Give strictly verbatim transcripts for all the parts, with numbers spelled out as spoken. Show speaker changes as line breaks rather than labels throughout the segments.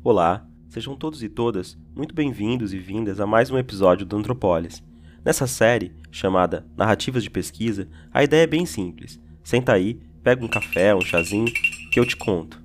Olá, sejam todos e todas muito bem-vindos e vindas a mais um episódio do Antropólis. Nessa série, chamada Narrativas de Pesquisa, a ideia é bem simples. Senta aí, pega um café, um chazinho, que eu te conto.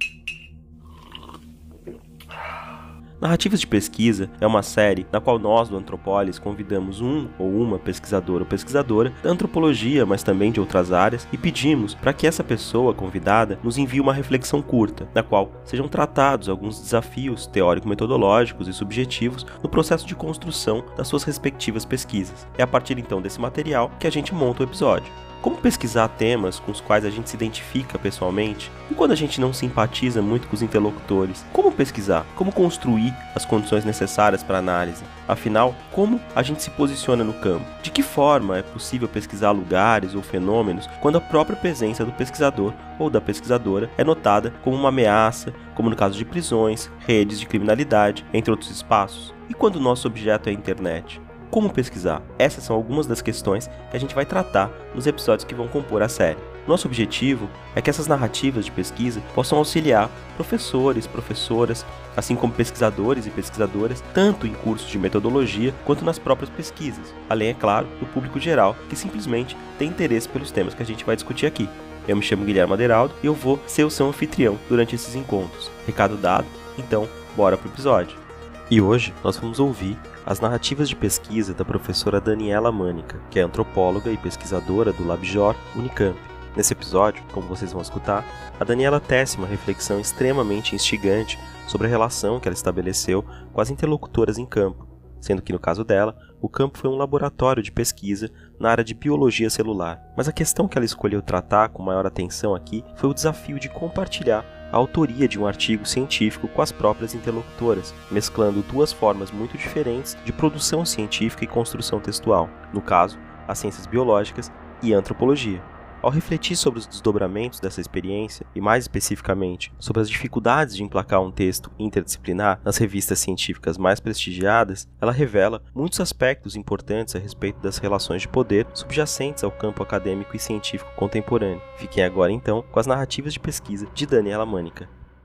Narrativas de Pesquisa é uma série na qual nós do Antropólis convidamos um ou uma pesquisadora ou pesquisadora da antropologia, mas também de outras áreas, e pedimos para que essa pessoa convidada nos envie uma reflexão curta, na qual sejam tratados alguns desafios teórico-metodológicos e subjetivos no processo de construção das suas respectivas pesquisas. É a partir então desse material que a gente monta o episódio. Como pesquisar temas com os quais a gente se identifica pessoalmente e quando a gente não simpatiza muito com os interlocutores? Como pesquisar? Como construir as condições necessárias para a análise? Afinal, como a gente se posiciona no campo? De que forma é possível pesquisar lugares ou fenômenos quando a própria presença do pesquisador ou da pesquisadora é notada como uma ameaça, como no caso de prisões, redes de criminalidade, entre outros espaços? E quando o nosso objeto é a internet? Como pesquisar? Essas são algumas das questões que a gente vai tratar nos episódios que vão compor a série. Nosso objetivo é que essas narrativas de pesquisa possam auxiliar professores, professoras, assim como pesquisadores e pesquisadoras, tanto em cursos de metodologia quanto nas próprias pesquisas, além, é claro, do público geral que simplesmente tem interesse pelos temas que a gente vai discutir aqui. Eu me chamo Guilherme Aderaldo e eu vou ser o seu anfitrião durante esses encontros. Recado dado, então bora pro episódio. E hoje nós vamos ouvir as narrativas de pesquisa da professora Daniela Mânica, que é antropóloga e pesquisadora do LabJOR Unicamp. Nesse episódio, como vocês vão escutar, a Daniela tece uma reflexão extremamente instigante sobre a relação que ela estabeleceu com as interlocutoras em campo, sendo que no caso dela, o campo foi um laboratório de pesquisa na área de biologia celular. Mas a questão que ela escolheu tratar com maior atenção aqui foi o desafio de compartilhar a autoria de um artigo científico com as próprias interlocutoras, mesclando duas formas muito diferentes de produção científica e construção textual, no caso, as ciências biológicas e a antropologia. Ao refletir sobre os desdobramentos dessa experiência, e mais especificamente sobre as dificuldades de emplacar um texto interdisciplinar nas revistas científicas mais prestigiadas, ela revela muitos aspectos importantes a respeito das relações de poder subjacentes ao campo acadêmico e científico contemporâneo. Fiquem agora então com as narrativas de pesquisa de Daniela Mânica.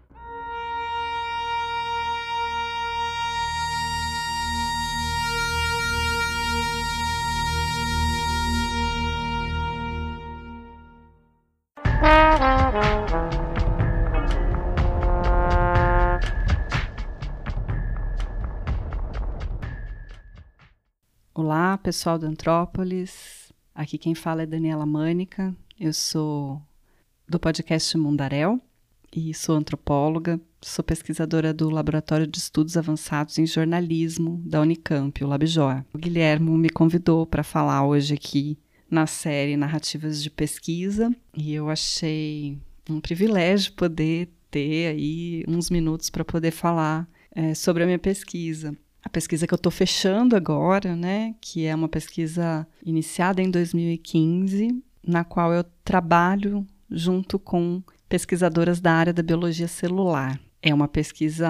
Olá, pessoal do Antrópolis. Aqui quem fala é Daniela Mânica. Eu sou do podcast Mundaréu e sou antropóloga. Sou pesquisadora do Laboratório de Estudos Avançados em Jornalismo da Unicamp, o LabJOR. O Guilherme me convidou para falar hoje aqui na série Narrativas de Pesquisa e eu achei um privilégio poder ter aí uns minutos para poder falar é, sobre a minha pesquisa. A pesquisa que eu estou fechando agora, né, que é uma pesquisa iniciada em dois mil e quinze, na qual eu trabalho junto com pesquisadoras da área da biologia celular. É uma pesquisa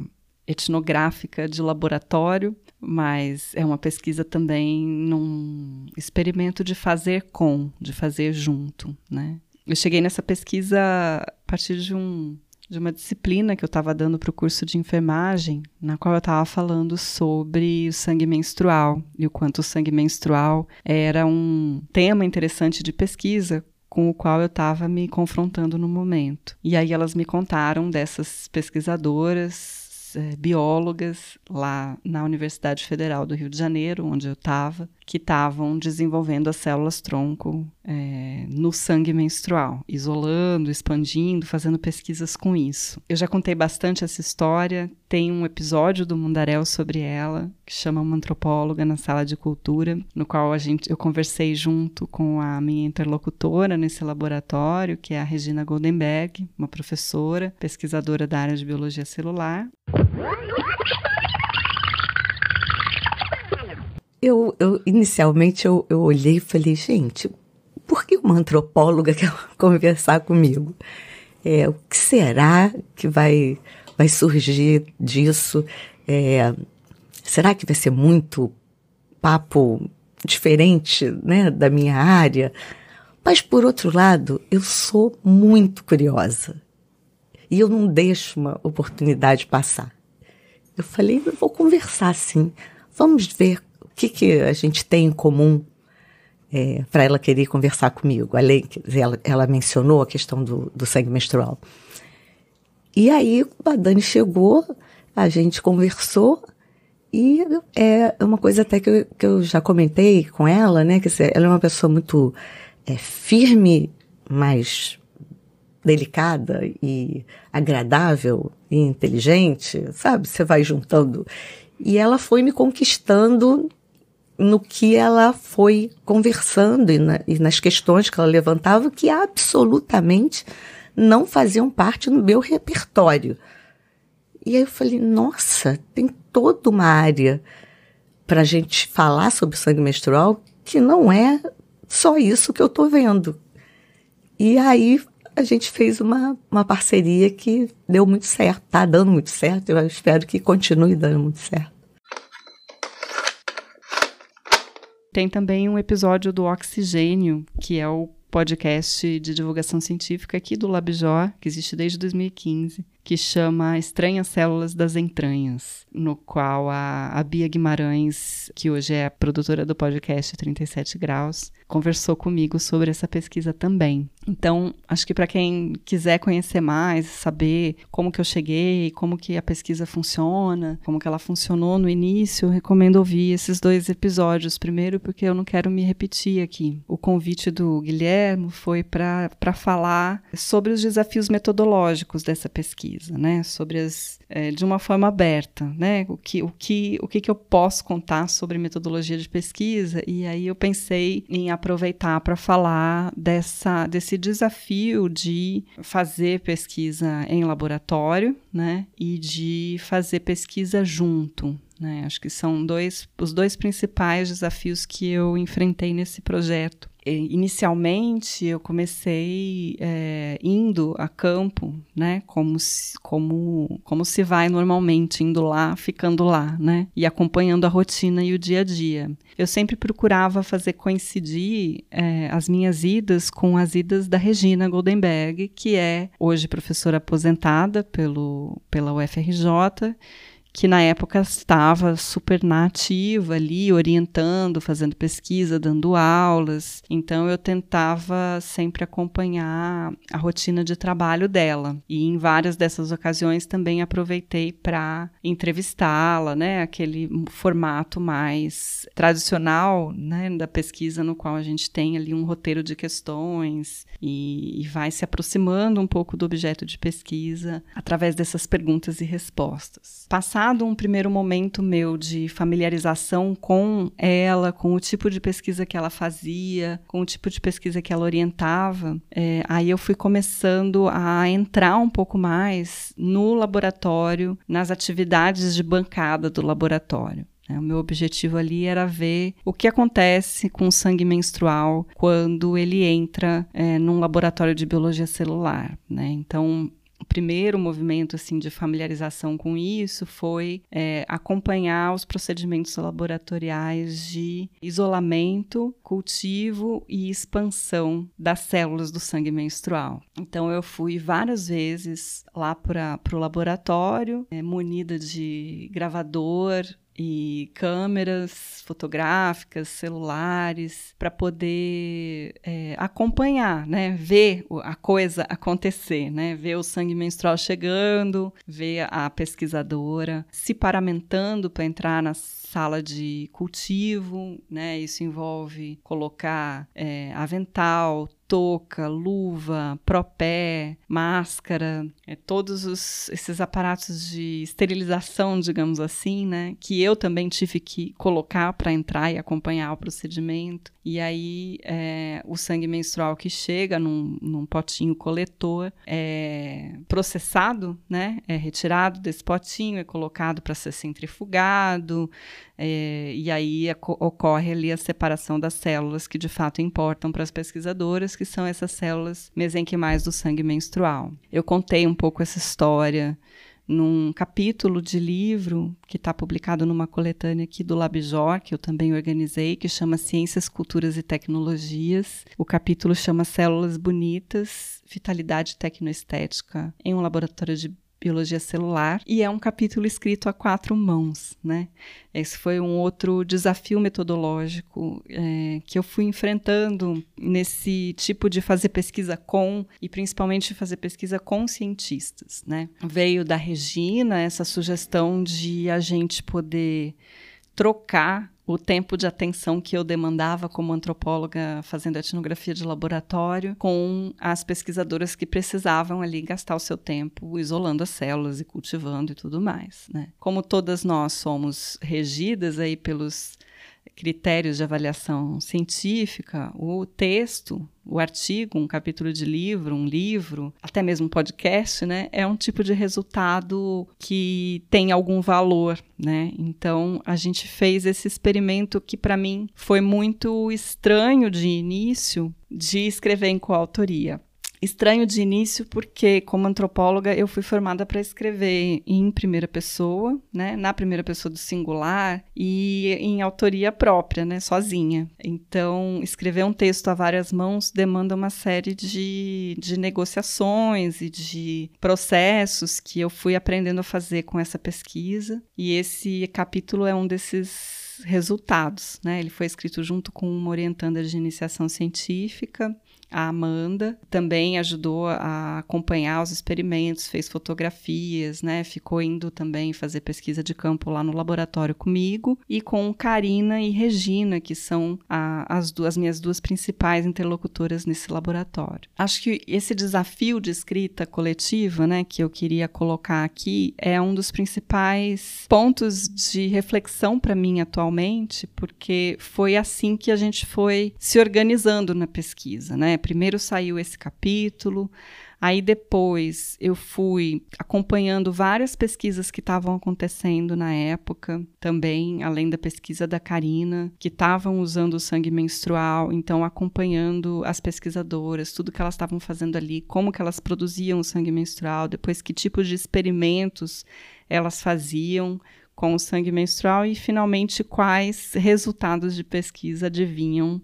etnográfica de laboratório, mas é uma pesquisa também num experimento de fazer com, de fazer junto, né? Eu cheguei nessa pesquisa a partir de um... de uma disciplina que eu estava dando para o curso de enfermagem, na qual eu estava falando sobre o sangue menstrual e o quanto o sangue menstrual era um tema interessante de pesquisa com o qual eu estava me confrontando no momento. E aí elas me contaram dessas pesquisadoras, é, biólogas, lá na Universidade Federal do Rio de Janeiro, onde eu estava, que estavam desenvolvendo as células-tronco é, no sangue menstrual, isolando, expandindo, fazendo pesquisas com isso. Eu já contei bastante essa história, tem um episódio do Mundaréu sobre ela, que chama Uma Antropóloga na Sala de Cultura, no qual a gente, eu conversei junto com a minha interlocutora nesse laboratório, que é a Regina Goldenberg, uma professora, pesquisadora da área de biologia celular.
Eu, eu, inicialmente, eu, eu olhei e falei, gente, por que uma antropóloga quer conversar comigo? É, o que será que vai, vai surgir disso? É, será que vai ser muito papo diferente, né, da minha área? Mas, por outro lado, eu sou muito curiosa. e eu não deixo uma oportunidade passar. Eu falei, eu vou conversar sim, vamos ver o que, que a gente tem em comum é, para ela querer conversar comigo. Além, ela, ela mencionou a questão do, do sangue menstrual. E aí a Dani chegou, a gente conversou, e é uma coisa até que eu, que eu já comentei com ela, né? Que ela é uma pessoa muito é, firme, mas delicada e agradável e inteligente, sabe? Você vai juntando. E ela foi me conquistando no que ela foi conversando e, na, e nas questões que ela levantava, que absolutamente não faziam parte do meu repertório. E aí eu falei, nossa, tem toda uma área para a gente falar sobre sangue menstrual que não é só isso que eu estou vendo. E aí a gente fez uma, uma parceria que deu muito certo, está dando muito certo, eu espero que continue dando muito certo.
Tem também um episódio do Oxigênio, que é o podcast de divulgação científica aqui do LabJOR, que existe desde dois mil e quinze, que chama Estranhas Células das Entranhas, no qual a, a Bia Guimarães, que hoje é a produtora do podcast trinta e sete graus, conversou comigo sobre essa pesquisa também. Então, acho que para quem quiser conhecer mais, saber como que eu cheguei, como que a pesquisa funciona, como que ela funcionou no início, eu recomendo ouvir esses dois episódios. Primeiro, porque eu não quero me repetir aqui. O convite do Guilherme foi para para falar sobre os desafios metodológicos dessa pesquisa, né? Sobre as, é, de uma forma aberta, né? O que, o, que, o que que eu posso contar sobre metodologia de pesquisa, e aí eu pensei em aproveitar para falar dessa, desse desafio de fazer pesquisa em laboratório, né? E de fazer pesquisa junto, né? Acho que são dois, os dois principais desafios que eu enfrentei nesse projeto. Inicialmente, eu comecei é, indo a campo, né, como se, como, como se vai normalmente, indo lá, ficando lá, né, e acompanhando a rotina e o dia a dia. Eu sempre procurava fazer coincidir é, as minhas idas com as idas da Regina Goldenberg, que é hoje professora aposentada pelo, pela U F R J, que na época estava super na ativa ali, orientando, fazendo pesquisa, dando aulas. Então, eu tentava sempre acompanhar a rotina de trabalho dela. E em várias dessas ocasiões também aproveitei para entrevistá-la, né? Aquele formato mais tradicional, né, da pesquisa, no qual a gente tem ali um roteiro de questões e, e vai se aproximando um pouco do objeto de pesquisa através dessas perguntas e respostas. Passar Passado um primeiro momento meu de familiarização com ela, com o tipo de pesquisa que ela fazia, com o tipo de pesquisa que ela orientava, é, aí eu fui começando a entrar um pouco mais no laboratório, nas atividades de bancada do laboratório. O meu objetivo ali era ver o que acontece com o sangue menstrual quando ele entra é, num laboratório de biologia celular, né? Então, o primeiro movimento assim, de familiarização com isso foi é, acompanhar os procedimentos laboratoriais de isolamento, cultivo e expansão das células do sangue menstrual. Então, eu fui várias vezes lá para o laboratório, é, munida de gravador e câmeras fotográficas, celulares, para poder é, acompanhar, né, ver a coisa acontecer, né, ver o sangue menstrual chegando, ver a pesquisadora se paramentando para entrar na sala de cultivo, né, isso envolve colocar é, avental, touca, luva, propé, máscara, é, todos os, esses aparatos de esterilização, digamos assim, né, que eu também tive que colocar para entrar e acompanhar o procedimento. E aí é, o sangue menstrual que chega num, num potinho coletor é processado, né, é retirado desse potinho, é colocado para ser centrifugado, é, e aí a, ocorre ali a separação das células que de fato importam para as pesquisadoras, que são essas células mesenquimais do sangue menstrual. Eu contei um pouco essa história num capítulo de livro que está publicado numa coletânea aqui do Labjor, que eu também organizei, que chama Ciências, Culturas e Tecnologias. O capítulo chama Células Bonitas, Vitalidade Tecnoestética em um Laboratório de Biologia Celular, e é um capítulo escrito a quatro mãos, né? Esse foi um outro desafio metodológico é, que eu fui enfrentando nesse tipo de fazer pesquisa com, e principalmente fazer pesquisa com cientistas, né? Veio da Regina essa sugestão de a gente poder trocar o tempo de atenção que eu demandava como antropóloga fazendo etnografia de laboratório com as pesquisadoras que precisavam ali gastar o seu tempo isolando as células e cultivando e tudo mais, né? Como todas nós somos regidas aí pelos critérios de avaliação científica, o texto, o artigo, um capítulo de livro, um livro, até mesmo um podcast, né, é um tipo de resultado que tem algum valor, né? Então, a gente fez esse experimento que, para mim, foi muito estranho de início, de escrever em coautoria. Estranho de início porque, como antropóloga, eu fui formada para escrever em primeira pessoa, né, na primeira pessoa do singular e em autoria própria, né, sozinha. Então, escrever um texto a várias mãos demanda uma série de, de negociações e de processos que eu fui aprendendo a fazer com essa pesquisa. E esse capítulo é um desses resultados, né? Ele foi escrito junto com uma orientanda de iniciação científica, a Amanda, também ajudou a acompanhar os experimentos, fez fotografias, né? Ficou indo também fazer pesquisa de campo lá no laboratório comigo, e com Karina e Regina, que são a, as, duas, as minhas duas principais interlocutoras nesse laboratório. Acho que esse desafio de escrita coletiva, né, que eu queria colocar aqui, é um dos principais pontos de reflexão para mim atualmente, porque foi assim que a gente foi se organizando na pesquisa, né? Primeiro saiu esse capítulo, aí depois eu fui acompanhando várias pesquisas que estavam acontecendo na época, também, além da pesquisa da Karina, que estavam usando o sangue menstrual, então acompanhando as pesquisadoras, tudo que elas estavam fazendo ali, como que elas produziam o sangue menstrual, depois que tipos de experimentos elas faziam com o sangue menstrual e, finalmente, quais resultados de pesquisa adivinham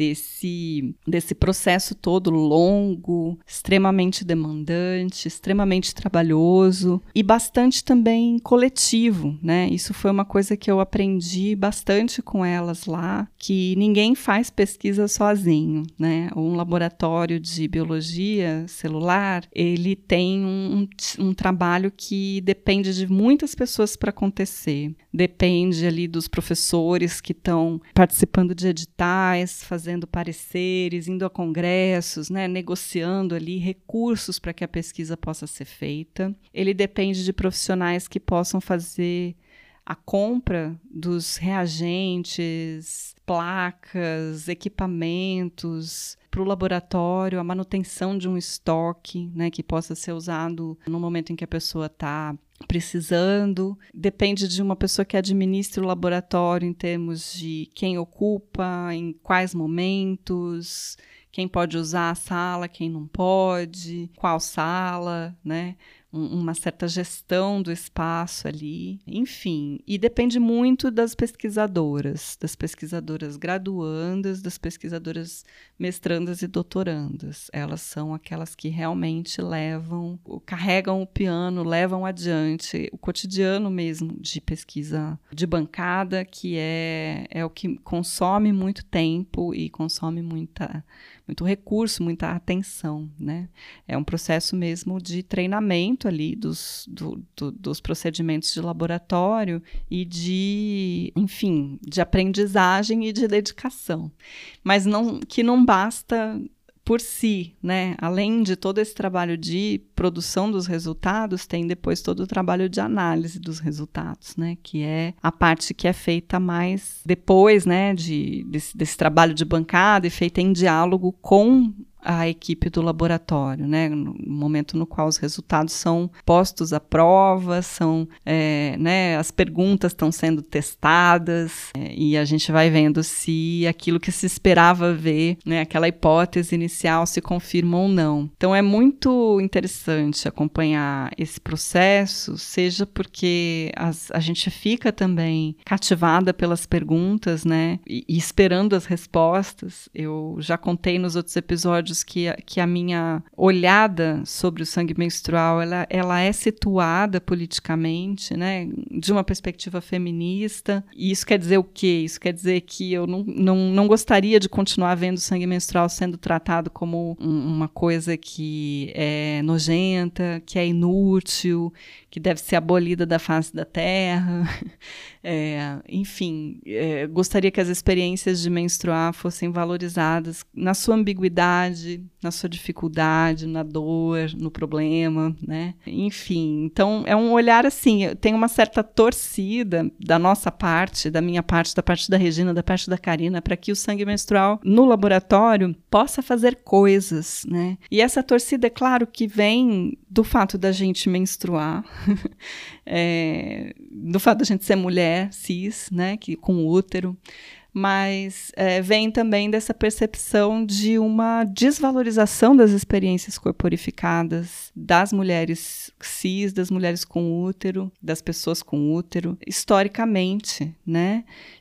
desse, desse processo todo longo, extremamente demandante, extremamente trabalhoso e bastante também coletivo, né? Isso foi uma coisa que eu aprendi bastante com elas lá, que ninguém faz pesquisa sozinho, né? Um laboratório de biologia celular, ele tem um, um, um trabalho que depende de muitas pessoas para acontecer. Depende ali dos professores que estão participando de editais, fazendo pareceres, indo a congressos, né, negociando ali recursos para que a pesquisa possa ser feita. Ele depende de profissionais que possam fazer a compra dos reagentes, placas, equipamentos para o laboratório, a manutenção de um estoque, né, que possa ser usado no momento em que a pessoa está precisando. Depende de uma pessoa que administre o laboratório em termos de quem ocupa, em quais momentos, quem pode usar a sala, quem não pode, qual sala, né? Um, uma certa gestão do espaço ali, enfim. E depende muito das pesquisadoras, das pesquisadoras graduandas, das pesquisadoras mestrandas e doutorandas. Elas são aquelas que realmente levam, carregam o piano, levam adiante o cotidiano mesmo de pesquisa de bancada, que é, é o que consome muito tempo e consome muita, muito recurso, muita atenção, né? É um processo mesmo de treinamento ali dos, do, do, dos procedimentos de laboratório e de, enfim, de aprendizagem e de dedicação. Mas não, que não basta por si, né? Além de todo esse trabalho de produção dos resultados, tem depois todo o trabalho de análise dos resultados, né? Que é a parte que é feita mais depois, né? De, desse, desse trabalho de bancada e feita em diálogo com a equipe do laboratório, né? No momento no qual os resultados são postos à prova, são, é, né, as perguntas estão sendo testadas, é, e a gente vai vendo se aquilo que se esperava ver, né, aquela hipótese inicial se confirma ou não. Então é muito interessante acompanhar esse processo, seja porque as, a gente fica também cativada pelas perguntas, né, e, e esperando as respostas. Eu já contei nos outros episódios que, que a minha olhada sobre o sangue menstrual, ela, ela é situada politicamente, né, de uma perspectiva feminista. E isso quer dizer o quê? Isso quer dizer que eu não, não, não gostaria de continuar vendo o sangue menstrual sendo tratado como um, uma coisa que é nojenta, que é inútil, que deve ser abolida da face da terra. É, enfim, é, gostaria que as experiências de menstruar fossem valorizadas na sua ambiguidade, na sua dificuldade, na dor, no problema, né? Enfim, então é um olhar assim, tem uma certa torcida da nossa parte, da minha parte, da parte da Regina, da parte da Karina, para que o sangue menstrual no laboratório possa fazer coisas, né? E essa torcida, é claro, que vem do fato da gente menstruar, é, do fato da gente ser mulher, cis, né, que, com útero, mas é, vem também dessa percepção de uma desvalorização das experiências corporificadas das mulheres cis, das mulheres com útero, das pessoas com útero, historicamente, né?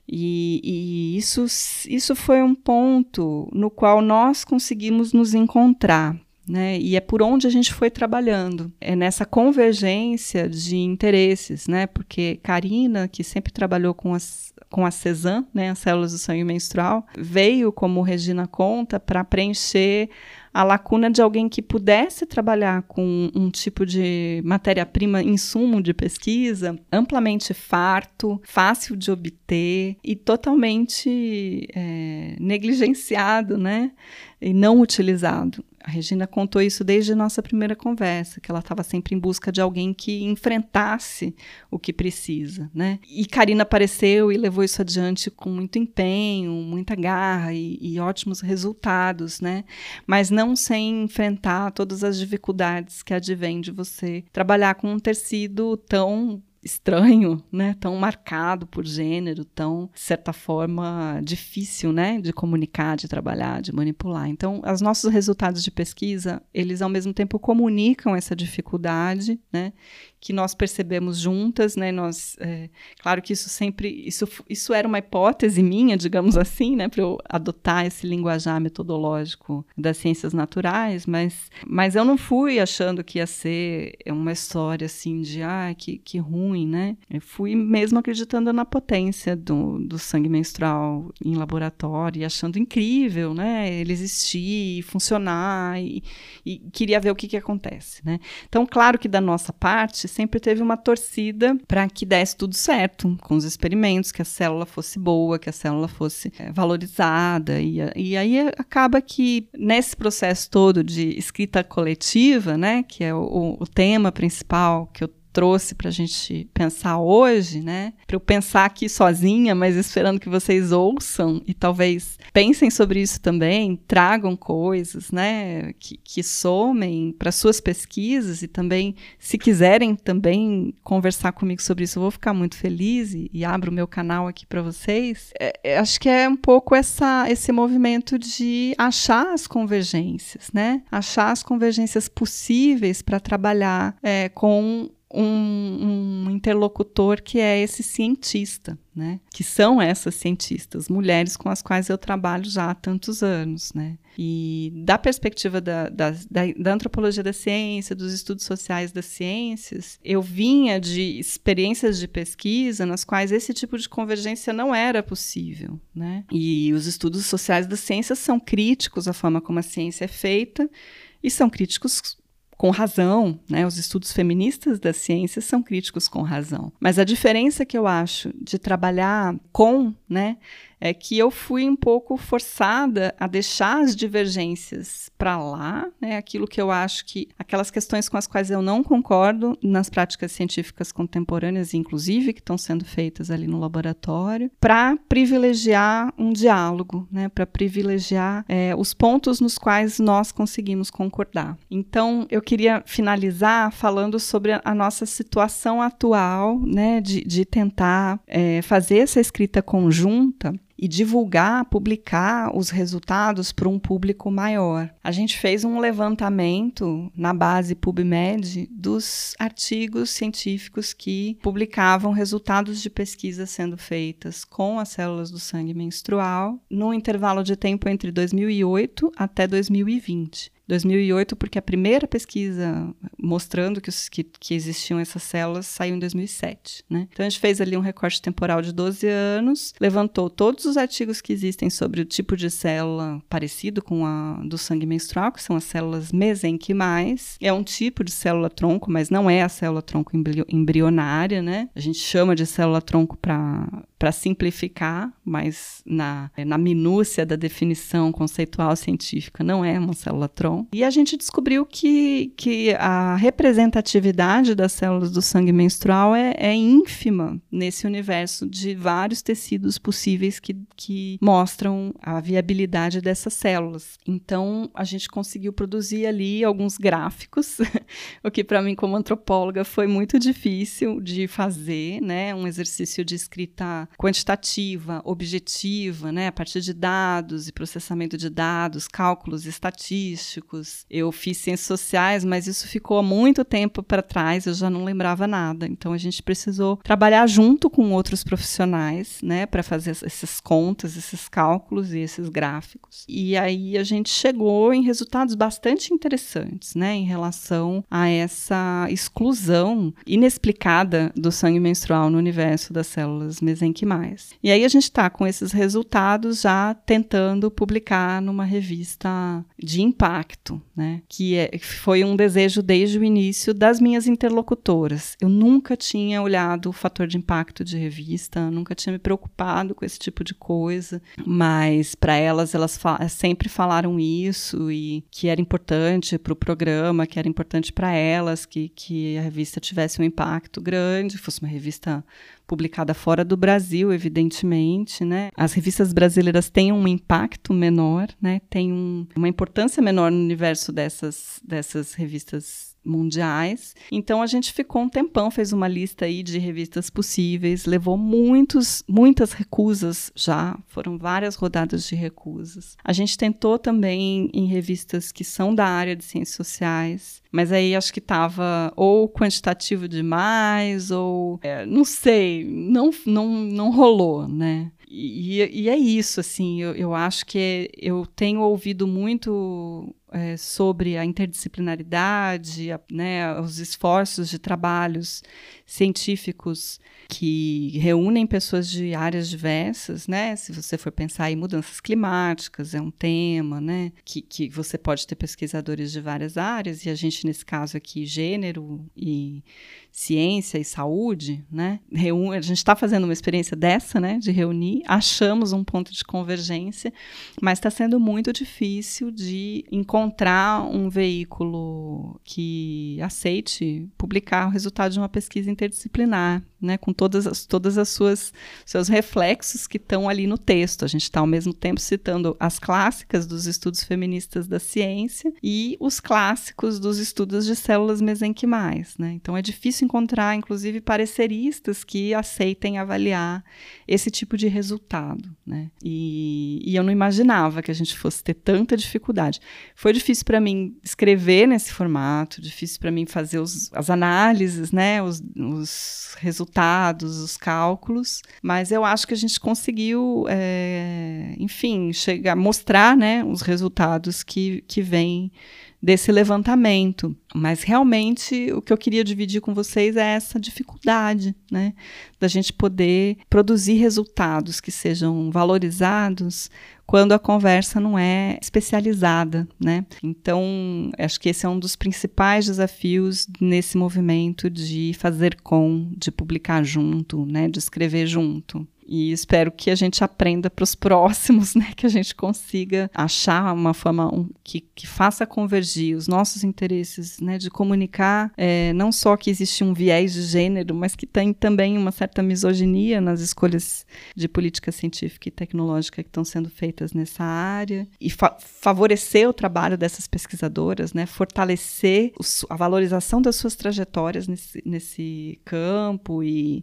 E, e isso, isso foi um ponto no qual nós conseguimos nos encontrar, né? E é por onde a gente foi trabalhando, é nessa convergência de interesses, né? Porque Karina, que sempre trabalhou com as, com a Cezanne, né? As células do sangue menstrual, veio, como Regina conta, para preencher a lacuna de alguém que pudesse trabalhar com um tipo de matéria-prima, insumo de pesquisa, amplamente farto, fácil de obter e totalmente é, negligenciado, né? E não utilizado. A Regina contou isso desde a nossa primeira conversa, que ela estava sempre em busca de alguém que enfrentasse o que precisa, né? E Karina apareceu e levou isso adiante com muito empenho, muita garra e, e ótimos resultados, né? Mas não sem enfrentar todas as dificuldades que advêm de você trabalhar com um tecido tão estranho, né, tão marcado por gênero, tão, de certa forma, difícil, né, de comunicar, de trabalhar, de manipular. Então, os nossos resultados de pesquisa, eles ao mesmo tempo comunicam essa dificuldade, né, que nós percebemos juntas, né, nós, é, claro que isso sempre, isso, isso era uma hipótese minha, digamos assim, né, para eu adotar esse linguajar metodológico das ciências naturais, mas, mas eu não fui achando que ia ser uma história assim de, ah, que, que ruim, né, eu fui mesmo acreditando na potência do, do sangue menstrual em laboratório e achando incrível, né, ele existir, funcionar e, e queria ver o que que acontece, né. Então, claro que da nossa parte sempre teve uma torcida para que desse tudo certo com os experimentos, que a célula fosse boa, que a célula fosse é, valorizada. E, e aí acaba que nesse processo todo de escrita coletiva, né, que é o, o tema principal que eu trouxe para a gente pensar hoje, né? Para eu pensar aqui sozinha, mas esperando que vocês ouçam e talvez pensem sobre isso também, tragam coisas, né? Que, que somem para suas pesquisas e também, se quiserem também conversar comigo sobre isso, eu vou ficar muito feliz e, e abro o meu canal aqui para vocês. É, é, acho que é um pouco essa, esse movimento de achar as convergências, né? Achar as convergências possíveis para trabalhar é, com Um, um interlocutor que é esse cientista, né? Que são essas cientistas, mulheres com as quais eu trabalho já há tantos anos, né? E da perspectiva da, da, da, da antropologia da ciência, dos estudos sociais das ciências, eu vinha de experiências de pesquisa nas quais esse tipo de convergência não era possível, né? E os estudos sociais das ciências são críticos à forma como a ciência é feita e são críticos com razão, né? Os estudos feministas das ciências são críticos com razão. Mas a diferença que eu acho de trabalhar com, né, é que eu fui um pouco forçada a deixar as divergências para lá, né? Aquilo que eu acho que, aquelas questões com as quais eu não concordo nas práticas científicas contemporâneas, inclusive, que estão sendo feitas ali no laboratório, para privilegiar um diálogo, né? Para privilegiar é, os pontos nos quais nós conseguimos concordar. Então, eu queria finalizar falando sobre a, a nossa situação atual, né? De, de tentar é, fazer essa escrita conjunta e divulgar, publicar os resultados para um público maior. A gente fez um levantamento na base PubMed dos artigos científicos que publicavam resultados de pesquisas sendo feitas com as células do sangue menstrual no intervalo de tempo entre dois mil e oito até dois mil e vinte. dois mil e oito, porque a primeira pesquisa mostrando que, os, que, que existiam essas células saiu em dois mil e sete, né? Então, a gente fez ali um recorte temporal de doze anos, levantou todos os artigos que existem sobre o tipo de célula parecido com a do sangue menstrual, que são as células mesenquimais. É um tipo de célula-tronco, mas não é a célula-tronco embrionária, né? A gente chama de célula-tronco para para simplificar, mas na, na minúcia da definição conceitual científica não é uma célula-tronco. E a gente descobriu que, que a representatividade das células do sangue menstrual é, é ínfima nesse universo de vários tecidos possíveis que, que mostram a viabilidade dessas células. Então, a gente conseguiu produzir ali alguns gráficos, o que para mim, como antropóloga, foi muito difícil de fazer, né? Um exercício de escrita quantitativa, objetiva, né, a partir de dados e processamento de dados, cálculos estatísticos. Eu fiz ciências sociais, mas isso ficou há muito tempo para trás, eu já não lembrava nada. Então, a gente precisou trabalhar junto com outros profissionais, né, para fazer essas contas, esses cálculos e esses gráficos. E aí, a gente chegou em resultados bastante interessantes, né, em relação a essa exclusão inexplicada do sangue menstrual no universo das células mesenquimais. E aí a gente está com esses resultados já tentando publicar numa revista de impacto, né? Que é, foi um desejo desde o início das minhas interlocutoras. Eu nunca tinha olhado o fator de impacto de revista, nunca tinha me preocupado com esse tipo de coisa, mas para elas, elas fa- sempre falaram isso e que era importante para o programa, que era importante para elas, que, que a revista tivesse um impacto grande, fosse uma revista publicada fora do Brasil, evidentemente, né? As revistas brasileiras têm um impacto menor, né? Têm um, uma importância menor no universo dessas, dessas revistas mundiais. Então, a gente ficou um tempão, fez uma lista aí de revistas possíveis, levou muitos, muitas recusas já, foram várias rodadas de recusas. A gente tentou também em revistas que são da área de ciências sociais, mas aí acho que estava ou quantitativo demais, ou é, não sei, não, não, não rolou, né? E, e é isso, assim, eu, eu acho que eu tenho ouvido muito é, sobre a interdisciplinaridade, a, né, os esforços de trabalhos científicos que reúnem pessoas de áreas diversas, né? Se você for pensar em mudanças climáticas, é um tema, né? Que, que você pode ter pesquisadores de várias áreas, e a gente, nesse caso aqui, gênero e ciência e saúde, né? Reúne, a gente está fazendo uma experiência dessa, né? De reunir, achamos um ponto de convergência, mas está sendo muito difícil de encontrar um veículo que aceite publicar o resultado de uma pesquisa interdisciplinar, né, com todas as, todas as suas seus reflexos que estão ali no texto. A gente está, ao mesmo tempo, citando as clássicas dos estudos feministas da ciência e os clássicos dos estudos de células mesenquimais, né? Então, é difícil encontrar, inclusive, pareceristas que aceitem avaliar esse tipo de resultado, né? E, e eu não imaginava que a gente fosse ter tanta dificuldade. Foi difícil para mim escrever nesse formato, difícil para mim fazer os, as análises, né, os, os resultados resultados, os cálculos, mas eu acho que a gente conseguiu, é, enfim, chegar, mostrar, né, os resultados que, que vêm desse levantamento. Mas realmente o que eu queria dividir com vocês é essa dificuldade, né, da gente poder produzir resultados que sejam valorizados quando a conversa não é especializada, né? Então, acho que esse é um dos principais desafios nesse movimento de fazer com, de publicar junto, né, de escrever junto. E espero que a gente aprenda para os próximos, né? Que a gente consiga achar uma forma um, que, que faça convergir os nossos interesses, né? De comunicar é, não só que existe um viés de gênero, mas que tem também uma certa misoginia nas escolhas de política científica e tecnológica que estão sendo feitas nessa área. E fa- favorecer o trabalho dessas pesquisadoras, né? Fortalecer os, a valorização das suas trajetórias nesse, nesse campo e,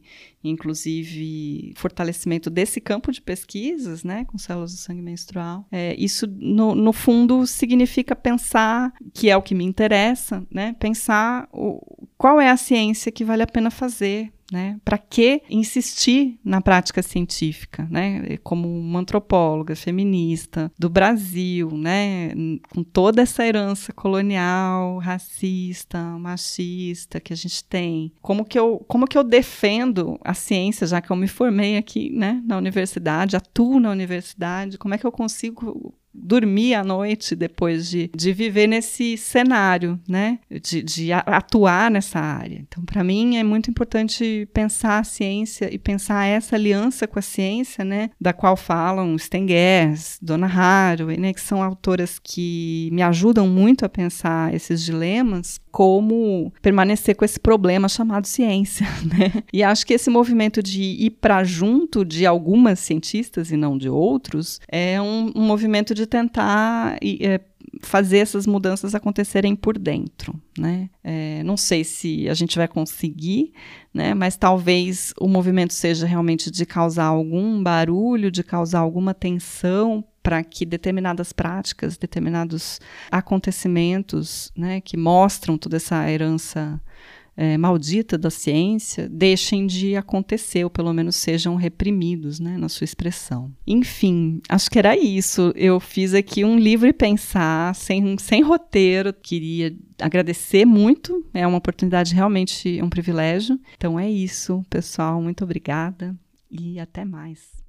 inclusive, fortalecimento desse campo de pesquisas, né, com células do sangue menstrual. É, isso, no, no fundo, significa pensar, que é o que me interessa, né, pensar o, qual é a ciência que vale a pena fazer, né? Para que insistir na prática científica, né? Como uma antropóloga feminista do Brasil, né? Com toda essa herança colonial, racista, machista que a gente tem. Como que eu, como que eu defendo a ciência, já que eu me formei aqui, né, na universidade, atuo na universidade, como é que eu consigo dormir à noite depois de, de viver nesse cenário, né? De, de atuar nessa área. Então, para mim, é muito importante pensar a ciência e pensar essa aliança com a ciência, né? Da qual falam Stengers, Donna Haraway, né? Que são autoras que me ajudam muito a pensar esses dilemas, como permanecer com esse problema chamado ciência, né? E acho que esse movimento de ir para junto de algumas cientistas e não de outros é um, um movimento de tentar é, fazer essas mudanças acontecerem por dentro, né? É, não sei se a gente vai conseguir, né? Mas talvez o movimento seja realmente de causar algum barulho, de causar alguma tensão, para que determinadas práticas, determinados acontecimentos, né, que mostram toda essa herança é, maldita da ciência, deixem de acontecer, ou pelo menos sejam reprimidos, né, na sua expressão. Enfim, acho que era isso. Eu fiz aqui um livre pensar, sem, sem roteiro. Queria agradecer muito, é uma oportunidade, realmente um privilégio. Então é isso, pessoal. Muito obrigada e até mais.